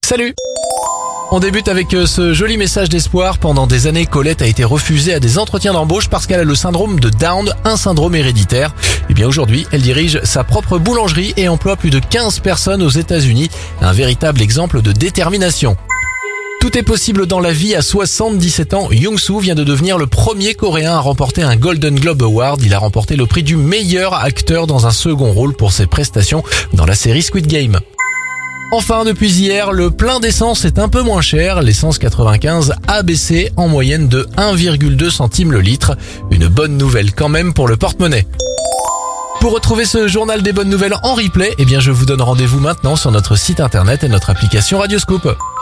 Salut! On débute avec ce joli message d'espoir. Pendant des années, Colette a été refusée à des entretiens d'embauche parce qu'elle a le syndrome de Down, un syndrome héréditaire. Et bien aujourd'hui, elle dirige sa propre boulangerie et emploie plus de 15 personnes aux États-Unis. Un véritable exemple de détermination. Tout est possible dans la vie. À 77 ans, Young-soo vient de devenir le premier Coréen à remporter un Golden Globe Award. Il a remporté le prix du meilleur acteur dans un second rôle pour ses prestations dans la série Squid Game. Enfin, depuis hier, le plein d'essence est un peu moins cher. L'essence 95 a baissé en moyenne de 1,2 centimes le litre. Une bonne nouvelle quand même pour le porte-monnaie. Pour retrouver ce journal des bonnes nouvelles en replay, je vous donne rendez-vous maintenant sur notre site internet et notre application Radioscoop.